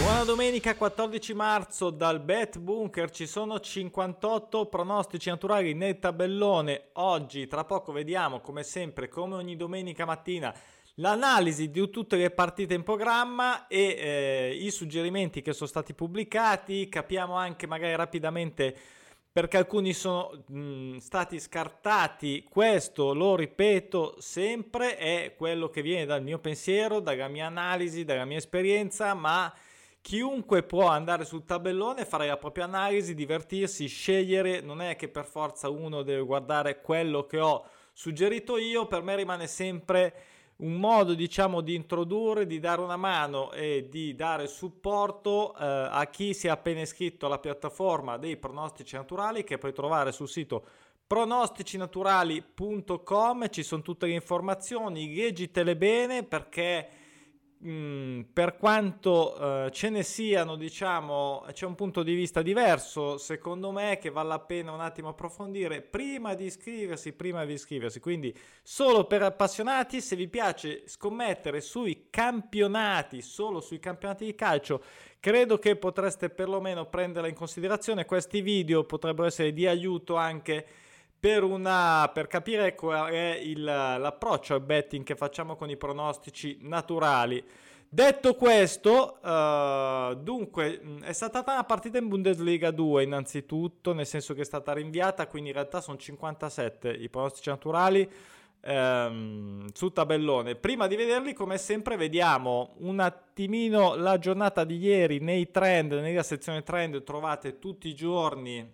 Buona domenica 14 marzo dal Bet Bunker, ci sono 58 pronostici naturali nel tabellone. Oggi tra poco vediamo come sempre, come ogni domenica mattina, l'analisi di tutte le partite in programma e i suggerimenti che sono stati pubblicati. Capiamo anche magari rapidamente perché alcuni sono stati scartati. Questo, lo ripeto sempre, è quello che viene dal mio pensiero, dalla mia analisi, dalla mia esperienza, ma chiunque può andare sul tabellone, fare la propria analisi, divertirsi, scegliere. Non è che per forza uno deve guardare quello che ho suggerito io. Per me rimane sempre un modo, diciamo, di introdurre, di dare una mano e di dare supporto a chi si è appena iscritto alla piattaforma dei pronostici naturali, che puoi trovare sul sito pronosticinaturali.com. Ci sono tutte le informazioni, leggitele bene, perché per quanto ce ne siano, diciamo, c'è un punto di vista diverso secondo me che vale la pena un attimo approfondire prima di iscriversi. Quindi solo per appassionati. Se vi piace scommettere sui campionati, solo sui campionati di calcio, credo che potreste perlomeno prenderla in considerazione. Questi video potrebbero essere di aiuto anche per capire qual è l'approccio al betting che facciamo con i pronostici naturali. Detto questo, dunque, è stata una partita in Bundesliga 2 innanzitutto, nel senso che è stata rinviata, quindi in realtà sono 57 i pronostici naturali sul tabellone. Prima di vederli, come sempre, vediamo un attimino la giornata di ieri nei trend. Nella sezione trend trovate tutti i giorni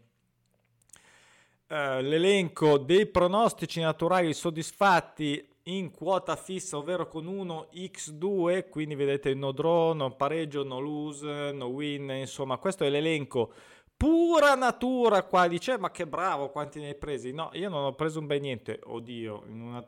l'elenco dei pronostici naturali soddisfatti in quota fissa, ovvero con 1x2, quindi vedete no draw, no pareggio, no lose, no win, insomma questo è l'elenco pura natura. Qua dice ma che bravo, quanti ne hai presi? No, io non ho preso un bel niente, oddio,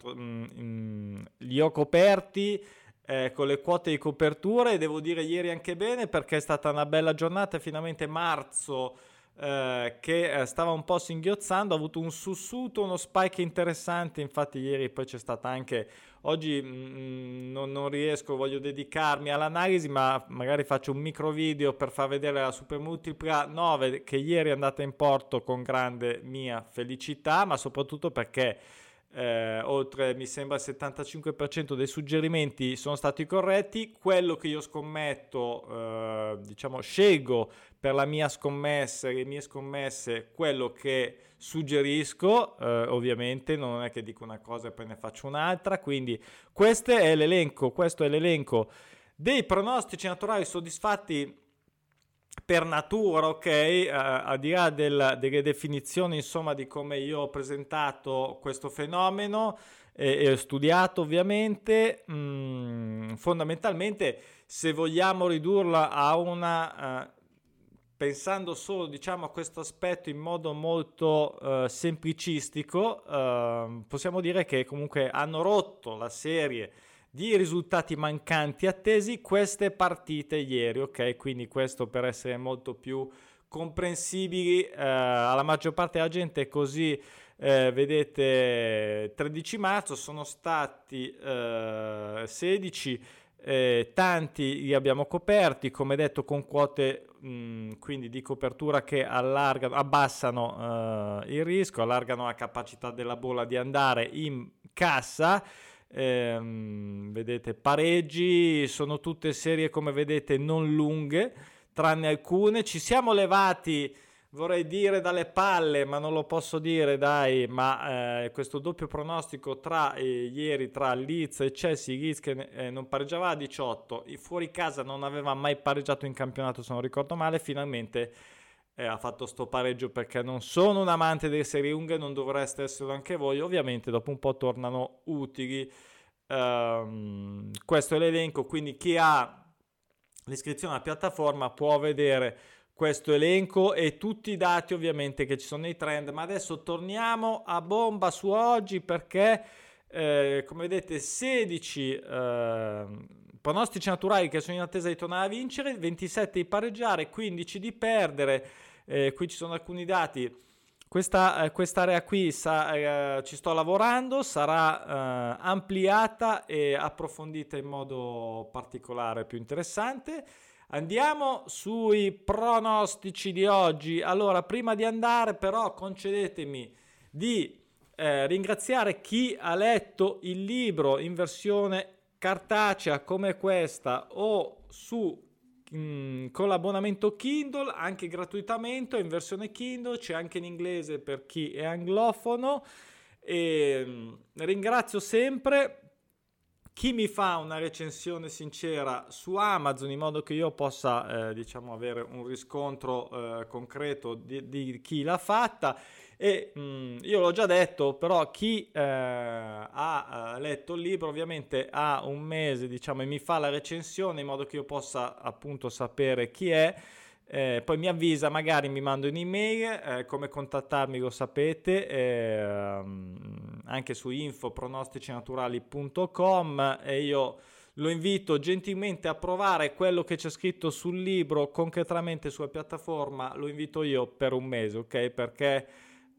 li ho coperti con le quote di copertura, e devo dire ieri anche bene, perché è stata una bella giornata. Finalmente marzo, che stava un po' singhiozzando, ha avuto un sussulto, uno spike interessante. Infatti ieri poi c'è stata anche, oggi non riesco, voglio dedicarmi all'analisi, ma magari faccio un micro video per far vedere la Super Multipla 9 che ieri è andata in porto con grande mia felicità, ma soprattutto perché oltre, mi sembra, il 75% dei suggerimenti sono stati corretti. Quello che io scommetto, diciamo, scelgo per la mia scommessa, le mie scommesse, quello che suggerisco. Ovviamente non è che dico una cosa e poi ne faccio un'altra. Quindi questo è l'elenco dei pronostici naturali soddisfatti per natura, ok, al di là delle definizioni, insomma, di come io ho presentato questo fenomeno e ho studiato ovviamente. Fondamentalmente, se vogliamo ridurla a una pensando solo, diciamo, a questo aspetto in modo molto semplicistico, possiamo dire che comunque hanno rotto la serie di risultati mancanti attesi queste partite ieri, ok? Quindi questo per essere molto più comprensibili alla maggior parte della gente. Così vedete, 13 marzo sono stati 16, tanti li abbiamo coperti, come detto, con quote quindi di copertura che abbassano il rischio, allargano la capacità della bolla di andare in cassa. Vedete, pareggi, sono tutte serie, come vedete, non lunghe, tranne alcune. Ci siamo levati, vorrei dire, dalle palle, ma non lo posso dire, dai, ma questo doppio pronostico ieri tra Leeds e Chelsea. Leeds che non pareggiava a 18, fuori casa non aveva mai pareggiato in campionato, se non ricordo male, finalmente ha fatto sto pareggio, perché non sono un amante delle serie lunghe, non dovreste esserlo anche voi. Ovviamente dopo un po' tornano utili. Questo è l'elenco, quindi chi ha l'iscrizione alla piattaforma può vedere questo elenco e tutti i dati ovviamente che ci sono nei trend. Ma adesso torniamo a bomba su oggi, perché come vedete 16 pronostici naturali che sono in attesa di tornare a vincere, 27 di pareggiare, 15 di perdere. Qui ci sono alcuni dati. Quest'area qui ci sto lavorando, sarà ampliata e approfondita in modo particolare, più interessante. Andiamo sui pronostici di oggi. Allora, prima di andare però concedetemi di ringraziare chi ha letto il libro in versione cartacea come questa o con l'abbonamento Kindle, anche gratuitamente in versione Kindle, c'è anche in inglese per chi è anglofono. E ringrazio sempre chi mi fa una recensione sincera su Amazon in modo che io possa diciamo avere un riscontro concreto di chi l'ha fatta. E io l'ho già detto, però chi ha letto il libro ovviamente ha un mese, diciamo, e mi fa la recensione in modo che io possa appunto sapere chi è. Poi mi avvisa, magari mi manda un'email, come contattarmi lo sapete, anche su info@pronosticinaturali.com, e io lo invito gentilmente a provare quello che c'è scritto sul libro concretamente sulla piattaforma. Lo invito io per un mese, ok? Perché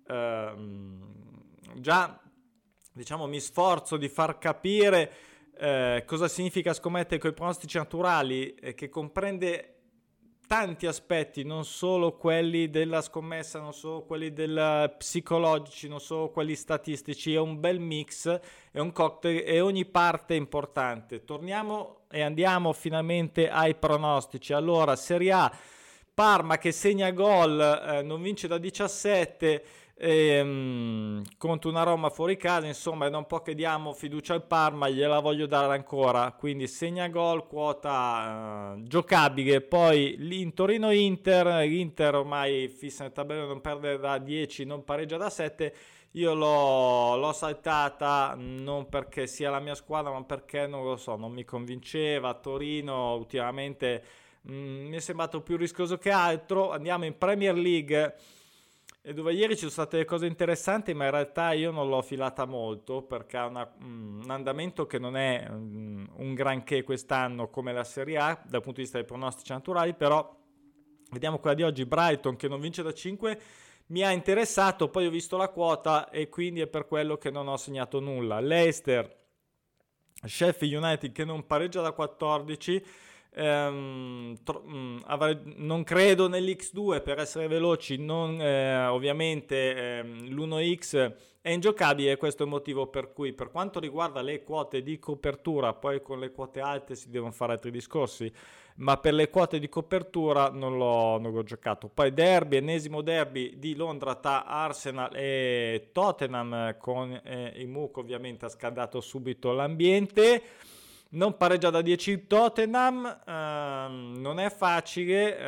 già diciamo mi sforzo di far capire cosa significa scommettere con i pronostici naturali, che comprende tanti aspetti, non solo quelli della scommessa, non solo quelli psicologici, non solo quelli statistici. È un bel mix, è un cocktail e ogni parte è importante. Torniamo e andiamo finalmente ai pronostici. Allora, Serie A, Parma che segna gol, non vince da 17 contro una Roma fuori casa. Insomma, è da un po' che diamo fiducia al Parma, gliela voglio dare ancora, quindi segna gol, quota giocabile. Poi l'Inter ormai fissa nel tabellone, non perde da 10, non pareggia da 7. Io l'ho saltata non perché sia la mia squadra, ma perché non lo so, non mi convinceva. Torino ultimamente mi è sembrato più rischioso che altro. Andiamo in Premier League, e dove ieri ci sono state delle cose interessanti, ma in realtà io non l'ho filata molto perché ha un andamento che non è un granché quest'anno come la Serie A dal punto di vista dei pronostici naturali. Però vediamo quella di oggi, Brighton che non vince da 5, mi ha interessato, poi ho visto la quota e quindi è per quello che non ho segnato nulla. Leicester, Sheffield United che non pareggia da 14. Non credo nell'X2 per essere veloci, ovviamente l'1X è ingiocabile, questo è il motivo per cui, per quanto riguarda le quote di copertura, poi con le quote alte si devono fare altri discorsi, ma per le quote di copertura non l'ho giocato. Poi derby, ennesimo derby di Londra tra Arsenal e Tottenham, con il MUC ovviamente ha scaldato subito l'ambiente. Non pareggia da 10 il Tottenham, non è facile.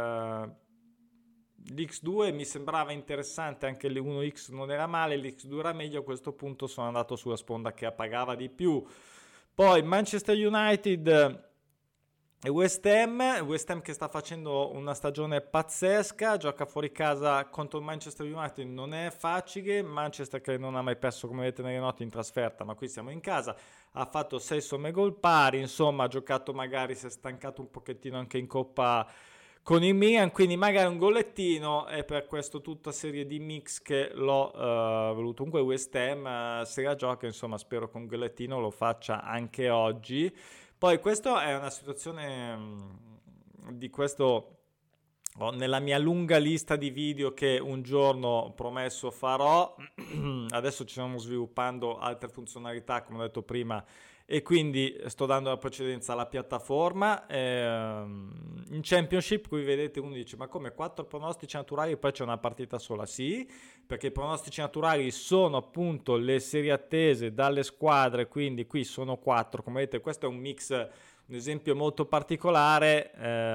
L'X2 mi sembrava interessante, anche l'1X non era male, l'X2 era meglio. A questo punto sono andato sulla sponda che pagava di più. Poi Manchester United e West Ham che sta facendo una stagione pazzesca, gioca fuori casa contro il Manchester United, non è facile. Manchester che non ha mai perso, come vedete nelle note, in trasferta, ma qui siamo in casa, ha fatto 6 somme gol pari, insomma ha giocato, magari si è stancato un pochettino anche in Coppa con il Milan, quindi magari un gollettino, e per questo tutta serie di mix che l'ho voluto. Comunque West Ham se la gioca, insomma spero che un gollettino lo faccia anche oggi. Poi questa è una situazione di questo, nella mia lunga lista di video che un giorno promesso farò. Adesso ci stiamo sviluppando altre funzionalità, come ho detto prima, e quindi sto dando la precedenza alla piattaforma. In Championship qui vedete, uno dice ma come 4 pronostici naturali e poi c'è una partita sola? Sì, perché i pronostici naturali sono appunto le serie attese dalle squadre, quindi qui sono 4, come vedete questo è un mix, un esempio molto particolare.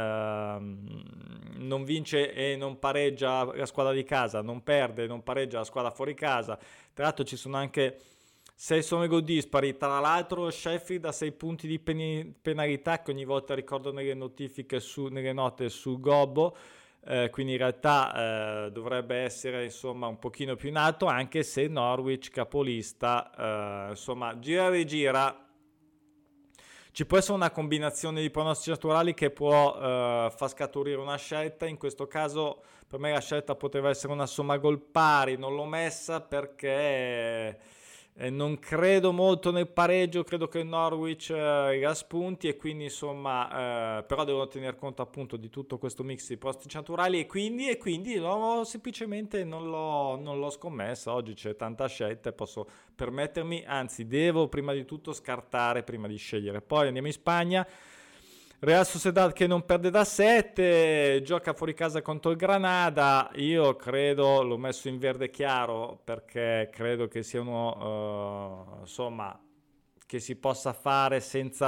Non vince e non pareggia la squadra di casa, non perde e non pareggia la squadra fuori casa. Tra l'altro ci sono anche 6 somme gol dispari, tra l'altro Sheffield ha 6 punti di penalità che ogni volta ricordo nelle notifiche, nelle note sul Gobbo, quindi in realtà dovrebbe essere insomma un pochino più in alto, anche se Norwich capolista, insomma gira e rigira. Ci può essere una combinazione di pronostici naturali che può far scaturire una scelta. In questo caso per me la scelta poteva essere una somma gol pari, non l'ho messa perché Non credo molto nel pareggio, credo che il Norwich spunti, e quindi insomma, però devo tener conto appunto di tutto questo mix di posti naturali, e quindi semplicemente non l'ho scommessa. Oggi c'è tanta scelta e posso permettermi, anzi devo prima di tutto scartare prima di scegliere. Poi andiamo in Spagna. Real Sociedad che non perde da 7, gioca fuori casa contro il Granada. Io credo, l'ho messo in verde chiaro perché credo che sia uno, insomma, che si possa fare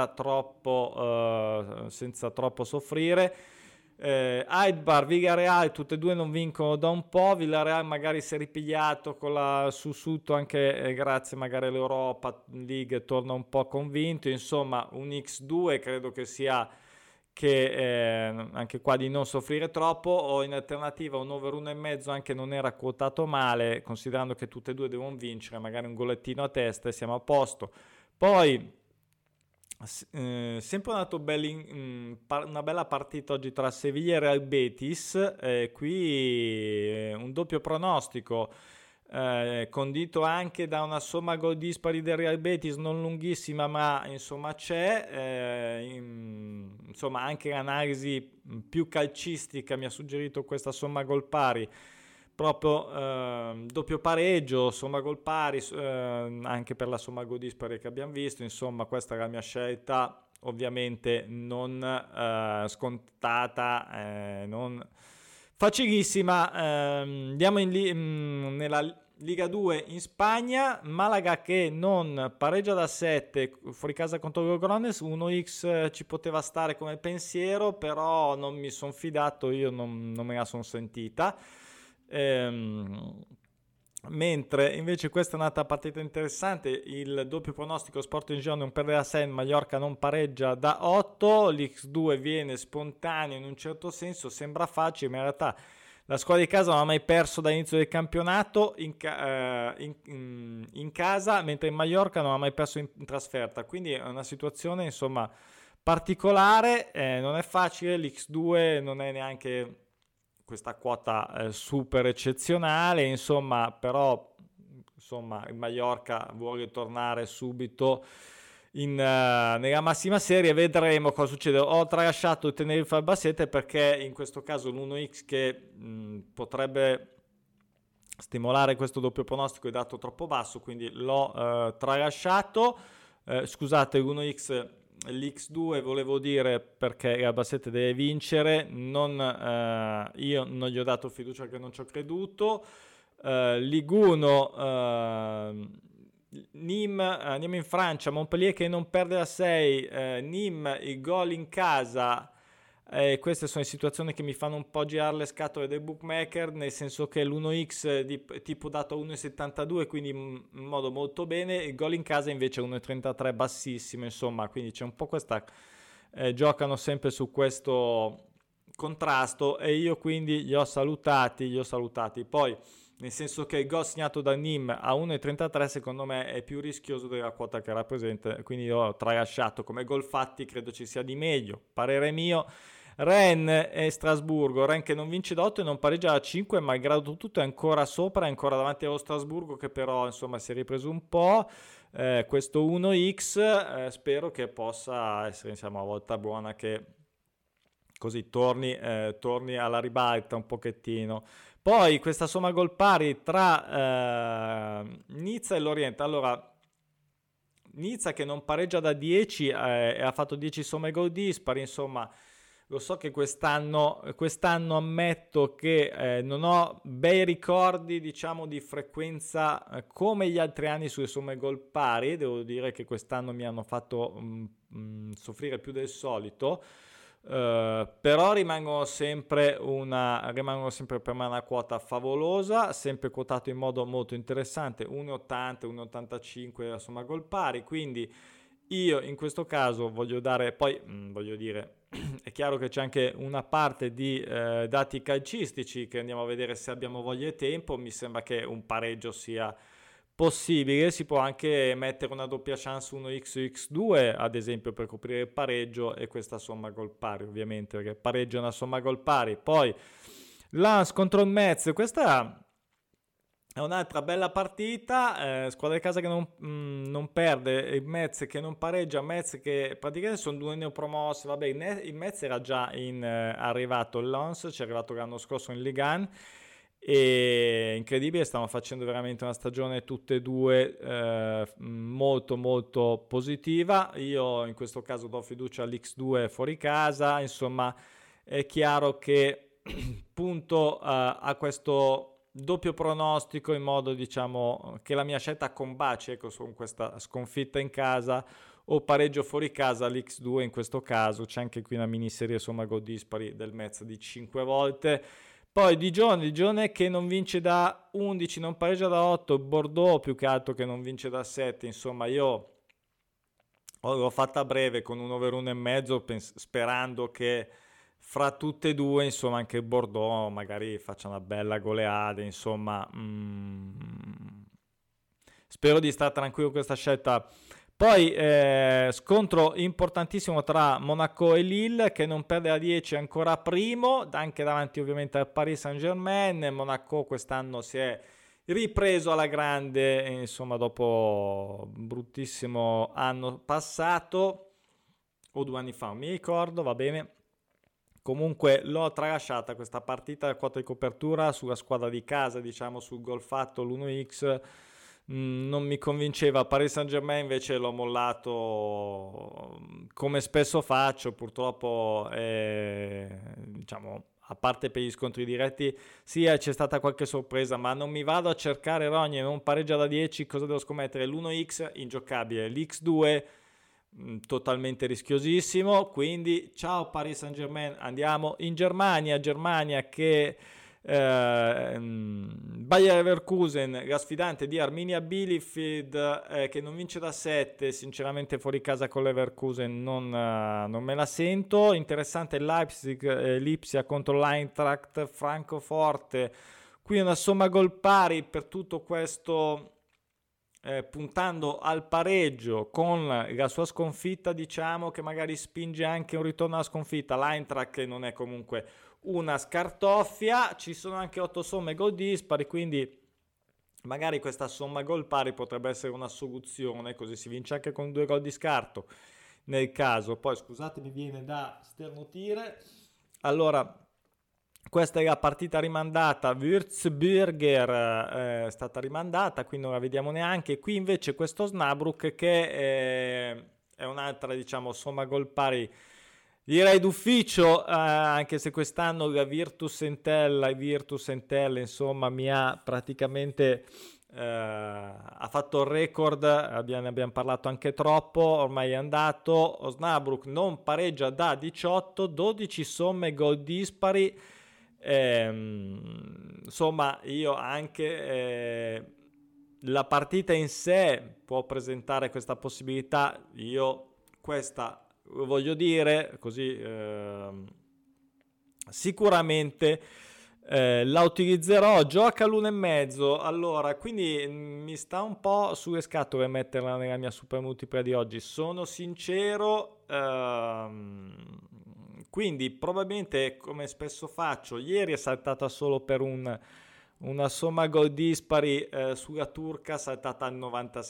senza troppo soffrire. Aidbar, Villarreal, tutte e due non vincono da un po'. Villarreal magari si è ripigliato con la sussulto anche grazie magari all'Europa League, torna un po' convinto. Insomma, un X2 credo che sia anche qua di non soffrire troppo, o in alternativa un over 1,5 anche non era quotato male, considerando che tutte e due devono vincere, magari un golettino a testa e siamo a posto. Poi sempre una bella partita oggi tra Sevilla e Real Betis, qui un doppio pronostico, condito anche da una somma gol dispari del Real Betis non lunghissima, ma insomma c'è, insomma anche l'analisi più calcistica mi ha suggerito questa somma gol pari, proprio doppio pareggio, somma gol pari, anche per la somma gol dispari che abbiamo visto. Insomma, questa è la mia scelta, ovviamente non scontata, non facilissima. Andiamo nella Liga 2 in Spagna. Malaga che non pareggia da 7 fuori casa contro il Logrones, 1x ci poteva stare come pensiero, però non mi sono fidato, io non me la sono sentita. Mentre invece questa è un'altra partita interessante, il doppio pronostico Sporting Gijón non perde da 6, Mallorca non pareggia da 8, l'X2 viene spontaneo in un certo senso, sembra facile, ma in realtà la squadra di casa non ha mai perso dall'inizio del campionato in casa, mentre in Mallorca non ha mai perso in trasferta, quindi è una situazione insomma particolare, non è facile, l'X2 non è neanche questa quota super eccezionale, insomma, però insomma il Mallorca vuole tornare subito nella massima serie, vedremo cosa succede. Ho tralasciato il Tenerife Albacete perché in questo caso l'1x che potrebbe stimolare questo doppio pronostico è dato troppo basso, quindi l'ho tralasciato. Scusate, l'1x, l'X2 volevo dire perché l'Albacete deve vincere, io non gli ho dato fiducia perché non ci ho creduto. Liguno, Nîmes, andiamo in Francia, Montpellier che non perde da 6, Nîmes il gol in casa. Queste sono le situazioni che mi fanno un po' girare le scatole del bookmaker, nel senso che l'1x tipo dato a 1,72, quindi in modo molto bene, il gol in casa invece è 1,33 bassissimo, insomma, quindi c'è un po' questa giocano sempre su questo contrasto, e io quindi li ho salutati. Poi nel senso che il gol segnato da Nîmes a 1,33 secondo me è più rischioso della quota che rappresenta, quindi io ho tralasciato. Come gol fatti credo ci sia di meglio, parere mio. Rennes e Strasburgo, Rennes che non vince da 8 e non pareggia da 5, malgrado tutto è ancora sopra, è ancora davanti allo Strasburgo che però insomma si è ripreso un po'. Questo 1x spero che possa essere insomma una volta buona, che così torni alla ribalta un pochettino. Poi questa somma gol pari tra Nizza e Lorient. Allora, Nizza che non pareggia da 10 e ha fatto 10 somme gol dispari, insomma. Lo so che quest'anno ammetto che non ho bei ricordi, diciamo, di frequenza come gli altri anni sulle somme gol pari. Devo dire che quest'anno mi hanno fatto soffrire più del solito. Però rimangono sempre per me una quota favolosa, sempre quotato in modo molto interessante, 1,80, 1,85 la somma gol pari, quindi io in questo caso voglio dare, poi voglio dire, è chiaro che c'è anche una parte di dati calcistici che andiamo a vedere se abbiamo voglia e tempo. Mi sembra che un pareggio sia possibile, si può anche mettere una doppia chance 1x2 ad esempio per coprire il pareggio, e questa somma gol pari ovviamente, perché pareggio è una somma gol pari. Poi Lens contro il Metz, questa È un'altra bella partita, squadra di casa che non perde, il Metz che non pareggia, Metz che praticamente sono due neopromossi, vabbè il Metz era già arrivato, il Lens ci è arrivato l'anno scorso in Ligue 1 e incredibile, stanno facendo veramente una stagione tutte e due molto molto positiva. Io in questo caso do fiducia all'X2 fuori casa, insomma è chiaro che punto a questo doppio pronostico in modo diciamo che la mia scelta combaci ecco, con questa sconfitta in casa o pareggio fuori casa l'X2 in questo caso. C'è anche qui una miniserie somma gol dispari del Metz di 5 volte. Poi Digione che non vince da 11, non pareggia da 8, Bordeaux più che altro che non vince da 7, insomma io l'ho fatta breve con un over 1,5 sperando che fra tutte e due, insomma, anche il Bordeaux magari faccia una bella goleada, insomma, spero di stare tranquillo con questa scelta. Poi scontro importantissimo tra Monaco e Lille che non perde a 10 ancora primo, anche davanti ovviamente al Paris Saint-Germain. Monaco quest'anno si è ripreso alla grande, insomma, dopo un bruttissimo anno passato o 2 anni fa, non mi ricordo, va bene. Comunque l'ho tralasciata questa partita a 4 di copertura sulla squadra di casa, diciamo sul gol fatto, l'1x. Non mi convinceva. Paris Saint-Germain invece l'ho mollato come spesso faccio, purtroppo diciamo a parte per gli scontri diretti sì c'è stata qualche sorpresa, ma non mi vado a cercare rogne, non pareggia da 10, cosa devo scommettere? L'1x ingiocabile, l'X2 totalmente rischiosissimo, quindi ciao Paris Saint-Germain, andiamo in Germania che Bayer Leverkusen, la sfidante di Arminia Bielefeld, che non vince da 7, sinceramente fuori casa con Leverkusen non me la sento. Interessante Leipzig, Lipsia contro l'Eintracht Francoforte, qui una somma gol pari per tutto questo, puntando al pareggio con la sua sconfitta, diciamo che magari spinge anche un ritorno alla sconfitta. L'Eintracht che non è comunque una scartoffia, ci sono anche 8 somme gol dispari, quindi magari questa somma gol pari potrebbe essere una soluzione, così si vince anche con 2 gol di scarto nel caso. Poi scusate, mi viene da sternutire. Allora, questa è la partita rimandata, Würzburger è stata rimandata, qui non la vediamo neanche. Qui invece questo Snabruck che è un'altra, diciamo, somma gol pari, direi d'ufficio, anche se quest'anno la Virtus Entella, insomma, mi ha praticamente ha fatto il record, ne abbiamo parlato anche troppo, ormai è andato. Osnabrück non pareggia da 18, 12 somme gol dispari. Insomma, io anche la partita in sé può presentare questa possibilità. Io questa lo voglio dire così, sicuramente la utilizzerò. Gioca l'1,5, allora quindi mi sta un po' sulle scatole metterla nella mia super multipla di oggi, sono sincero. Quindi probabilmente, come spesso faccio, ieri è saltata solo per una somma gol dispari sulla turca, saltata al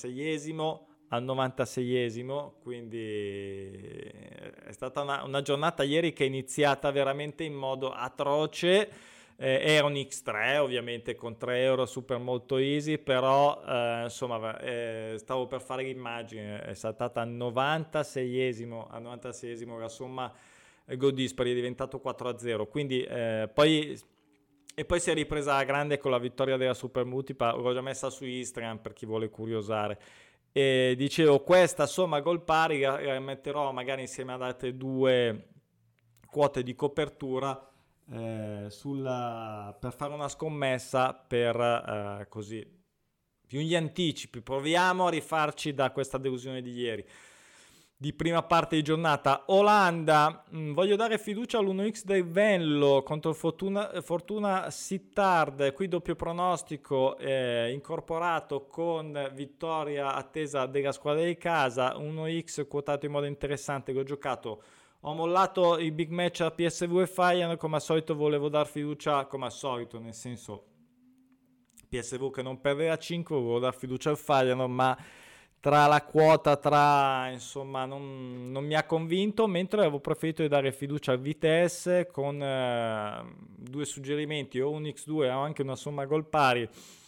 96esimo, quindi è stata una giornata ieri che è iniziata veramente in modo atroce. Era un X3 ovviamente con 3 euro super molto easy, però insomma stavo per fare l'immagine, è saltata al 96esimo la somma gol dispari, è diventato 4-0, quindi poi si è ripresa a grande con la vittoria della super multipla. L'ho già messa su Instagram per chi vuole curiosare. E dicevo, questa somma gol pari la metterò magari insieme ad altre 2 quote di copertura per fare una scommessa per così più gli anticipi. Proviamo a rifarci da questa delusione di ieri, di prima parte di giornata. Olanda, voglio dare fiducia all'1x del Venlo contro Fortuna Sittard, qui doppio pronostico incorporato con vittoria attesa della squadra di casa, 1x quotato in modo interessante, l'ho giocato. Ho mollato il big match a PSV e Feyenoord, come al solito volevo dar fiducia, come al solito, nel senso PSV che non perde a 5, volevo dar fiducia al Feyenoord, ma tra la quota, insomma, non mi ha convinto, mentre avevo preferito di dare fiducia al Vitesse con due suggerimenti, o un X2 o anche una somma gol pari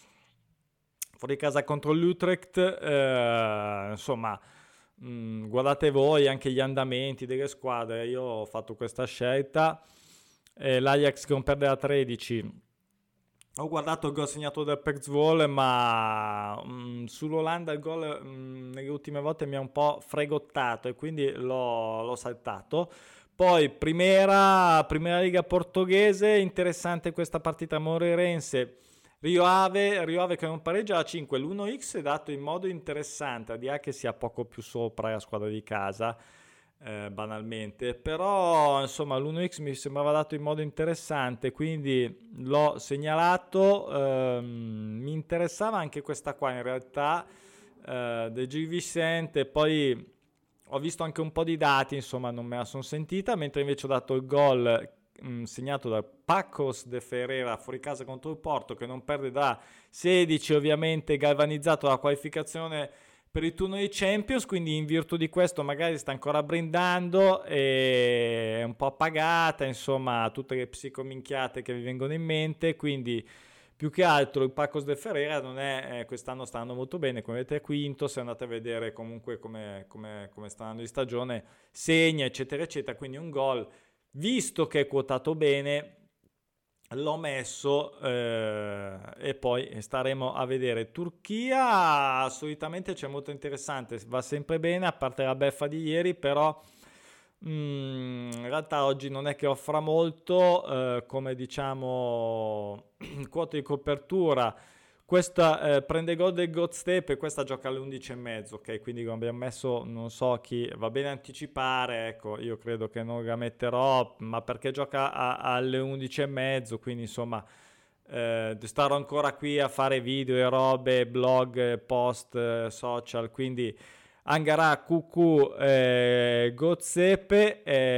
fuori casa contro l'Utrecht. Insomma, guardate voi anche gli andamenti delle squadre, io ho fatto questa scelta. L'Ajax che non perde a 13, ho guardato il gol segnato dal Pertzwol, ma sull'Olanda il gol nelle ultime volte mi ha un po' fregottato e quindi l'ho saltato. Poi Primera Liga portoghese, interessante questa partita Moreirense. Rio Ave che non pareggia a 5, l'1x è dato in modo interessante, a dire che sia poco più sopra la squadra di casa, banalmente, però insomma l'1x mi sembrava dato in modo interessante, quindi l'ho segnalato. Mi interessava anche questa qua in realtà, del Gil Vicente. Poi ho visto anche un po' di dati, insomma non me la sono sentita, mentre invece ho dato il gol segnato da Pacos de Ferreira fuori casa contro il Porto, che non perde da 16, ovviamente galvanizzato la qualificazione per il turno dei Champions, quindi in virtù di questo magari sta ancora brindando e è un po' appagata, insomma tutte le psicominchiate che vi vengono in mente, quindi più che altro il Pacos de Ferreira non è, quest'anno sta andando molto bene, come vedete è quinto, se andate a vedere comunque come sta andando di stagione, segna eccetera eccetera, quindi un gol, visto che è quotato bene, l'ho messo, e poi staremo a vedere. Turchia solitamente c'è molto interessante, va sempre bene, a parte la beffa di ieri, però in realtà oggi non è che offra molto, come diciamo quote di copertura. Questa prende gol del Godstep e questa gioca alle 11:30, ok? Quindi come abbiamo messo, non so chi, va bene anticipare, ecco, io credo che non la metterò, ma perché gioca alle 11:30, quindi insomma starò ancora qui a fare video e robe, blog, post, social, quindi Angara, QQ, Godsepe,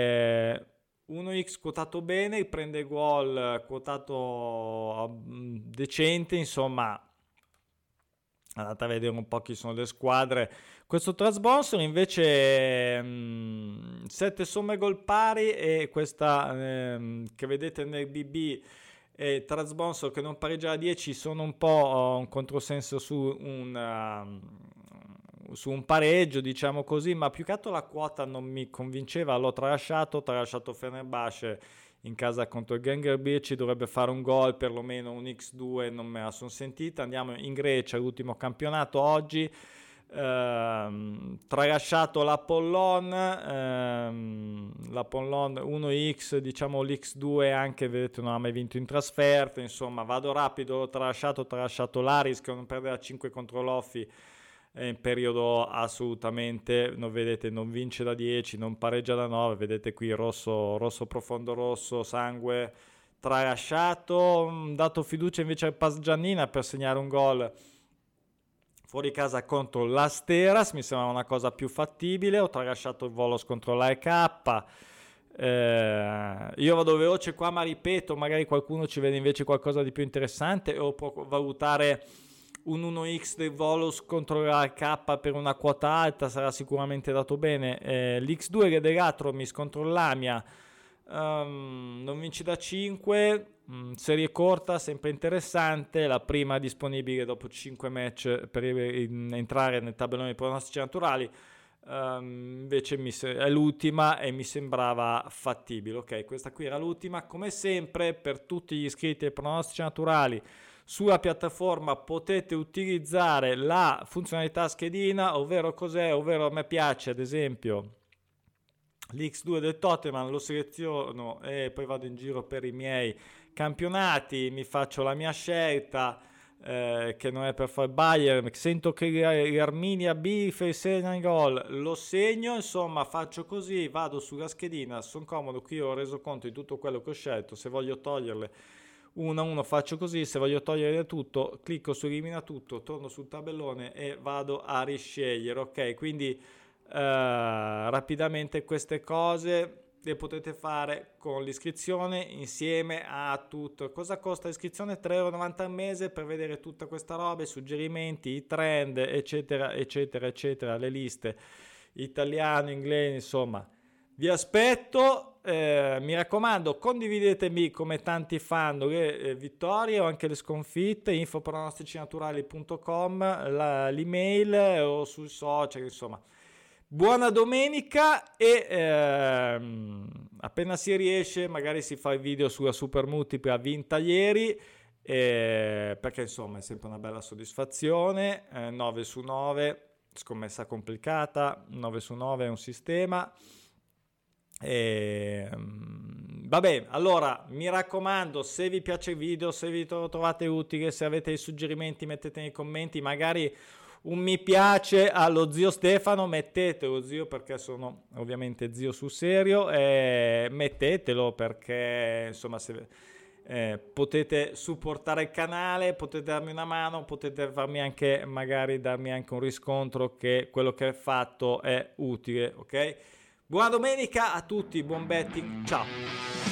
1x quotato bene, prende gol quotato decente, insomma andate a vedere un po' chi sono le squadre. Questo Trasbonsor invece 7 somme gol pari, e questa che vedete nel BB e Trasbonsor che non pareggia a 10 sono un po' un controsenso su un pareggio, diciamo così, ma più che altro la quota non mi convinceva, l'ho tralasciato Fenerbahce in casa contro il Gengerbirci, dovrebbe fare un gol, perlomeno un X2, non me la sono sentita. Andiamo in Grecia, l'ultimo campionato oggi, tralasciato l'Apollon 1x, diciamo l'X2 anche, vedete non ha mai vinto in trasferta, insomma vado rapido, tralasciato l'Aris che non perde a 5 contro l'Offi, in periodo assolutamente, non vedete, non vince da 10, non pareggia da 9, vedete qui rosso profondo rosso, sangue, tralasciato. Dato fiducia invece al Pas Giannina per segnare un gol fuori casa contro l'Asteras, mi sembra una cosa più fattibile. Ho tralasciato il Volos contro l'AEK. Io vado veloce qua, ma ripeto, magari qualcuno ci vede invece qualcosa di più interessante o può valutare un 1x del Volos contro la K per una quota alta, sarà sicuramente dato bene. L'X2 che Degatro contro l'Amia, non vince da 5, serie corta, sempre interessante, la prima disponibile dopo 5 match per entrare nel tabellone dei pronostici naturali. Invece è l'ultima e mi sembrava fattibile. Ok, questa qui era l'ultima. Come sempre, per tutti gli iscritti ai pronostici naturali sulla piattaforma potete utilizzare la funzionalità schedina, ovvero a me piace ad esempio l'X2 del Tottenham, lo seleziono e poi vado in giro per i miei campionati, mi faccio la mia scelta, che non è per fare Bayern, sento che l'Arminia B segna il gol, lo segno, insomma faccio così, vado sulla schedina, sono comodo, qui ho reso conto di tutto quello che ho scelto, se voglio toglierle 1 a 1 faccio così, se voglio togliere tutto clicco su elimina tutto, torno sul tabellone e vado a riscegliere. Ok, quindi rapidamente queste cose, e potete fare con l'iscrizione insieme a tutto. Cosa costa l'iscrizione? 3,90 € al mese per vedere tutta questa roba, i suggerimenti, i trend, eccetera, eccetera, eccetera, le liste italiano, inglese, insomma. Vi aspetto, mi raccomando, condividetemi come tanti fanno le vittorie o anche le sconfitte, info@pronosticinaturali.com, l'email o sui social, insomma. Buona domenica e appena si riesce magari si fa il video sulla super multipla vinta ieri, perché insomma è sempre una bella soddisfazione. 9 su 9, scommessa complicata, 9 su 9 è un sistema. Vabbè, allora mi raccomando, se vi piace il video, se vi trovate utile, se avete dei suggerimenti mettete nei commenti, magari un mi piace allo zio Stefano, mettetelo zio, perché sono ovviamente zio sul serio, mettetelo perché insomma se potete supportare il canale, potete darmi una mano, potete farmi anche magari darmi anche un riscontro che quello che ho fatto è utile, ok? Buona domenica a tutti, buon betting, ciao!